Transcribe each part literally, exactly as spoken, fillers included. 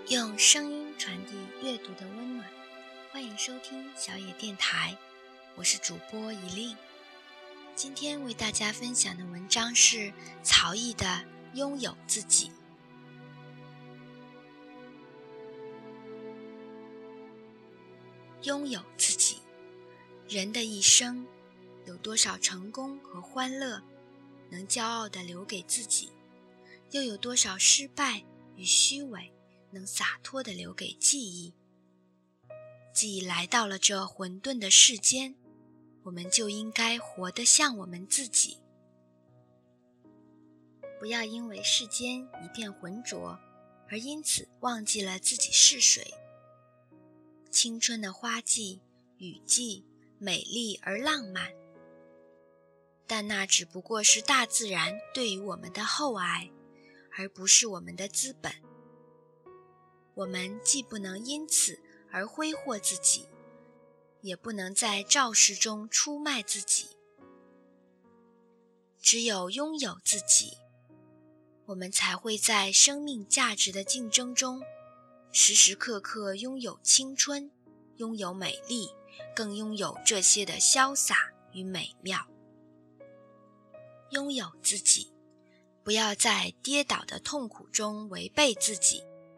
用声音传递阅读的温暖，欢迎收听小野电台，我是主播怡令。今天为大家分享的文章是曹毅的《拥有自己》。拥有自己，人的一生有多少成功和欢乐能骄傲地留给自己，又有多少失败与虚伪能洒脱地留给记忆。既来到了这混沌的世间，我们就应该活得像我们自己。不要因为世间一片浑浊，而因此忘记了自己是谁。青春的花季、雨季，美丽而浪漫，但那只不过是大自然对于我们的厚爱，而不是我们的资本。我们既不能因此而挥霍自己，也不能在肇事中出卖自己。只有拥有自己，我们才会在生命价值的竞争中时时刻刻拥有青春，拥有美丽，更拥有这些的潇洒与美妙。拥有自己，不要在跌倒的痛苦中违背自己。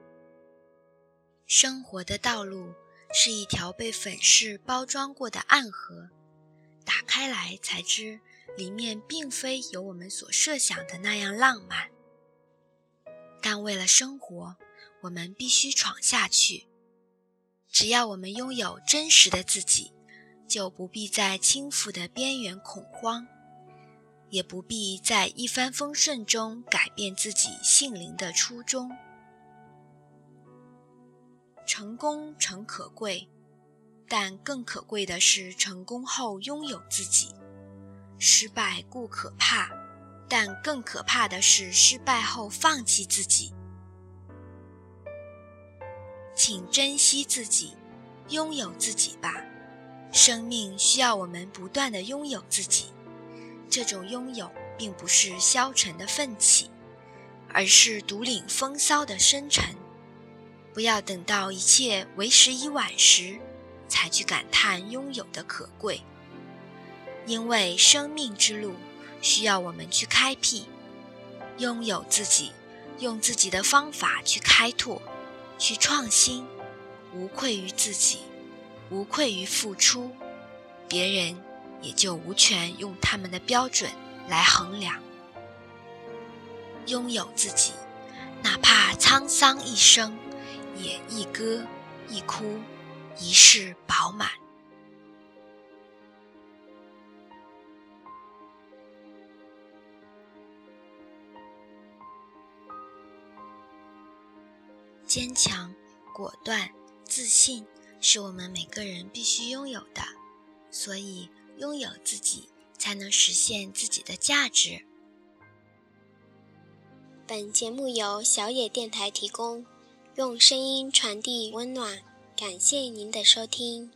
生活的道路是一条被粉饰包装过的暗河，打开来才知里面并非有我们所设想的那样浪漫。但为了生活，我们必须闯下去。只要我们拥有真实的自己，就不必在倾覆的边缘恐慌，也不必在一帆风顺中改变自己性灵的初衷。成功诚可贵，但更可贵的是成功后拥有自己。失败固可怕，但更可怕的是失败后放弃自己。请珍惜自己，拥有自己吧。生命需要我们不断地拥有自己，这种拥有并不是消沉的奋起，而是独领风骚的深沉。不要等到一切为时已晚时，才去感叹拥有的可贵。因为生命之路需要我们去开辟，拥有自己，用自己的方法去开拓，去创新，无愧于自己，无愧于付出，别人也就无权用他们的标准来衡量。拥有自己，哪怕沧桑一生，也一歌一哭，一世饱满。坚强、果断、自信是我们每个人必须拥有的，所以拥有自己才能实现自己的价值。 本节目由小野电台提供，用声音传递温暖，感谢您的收听。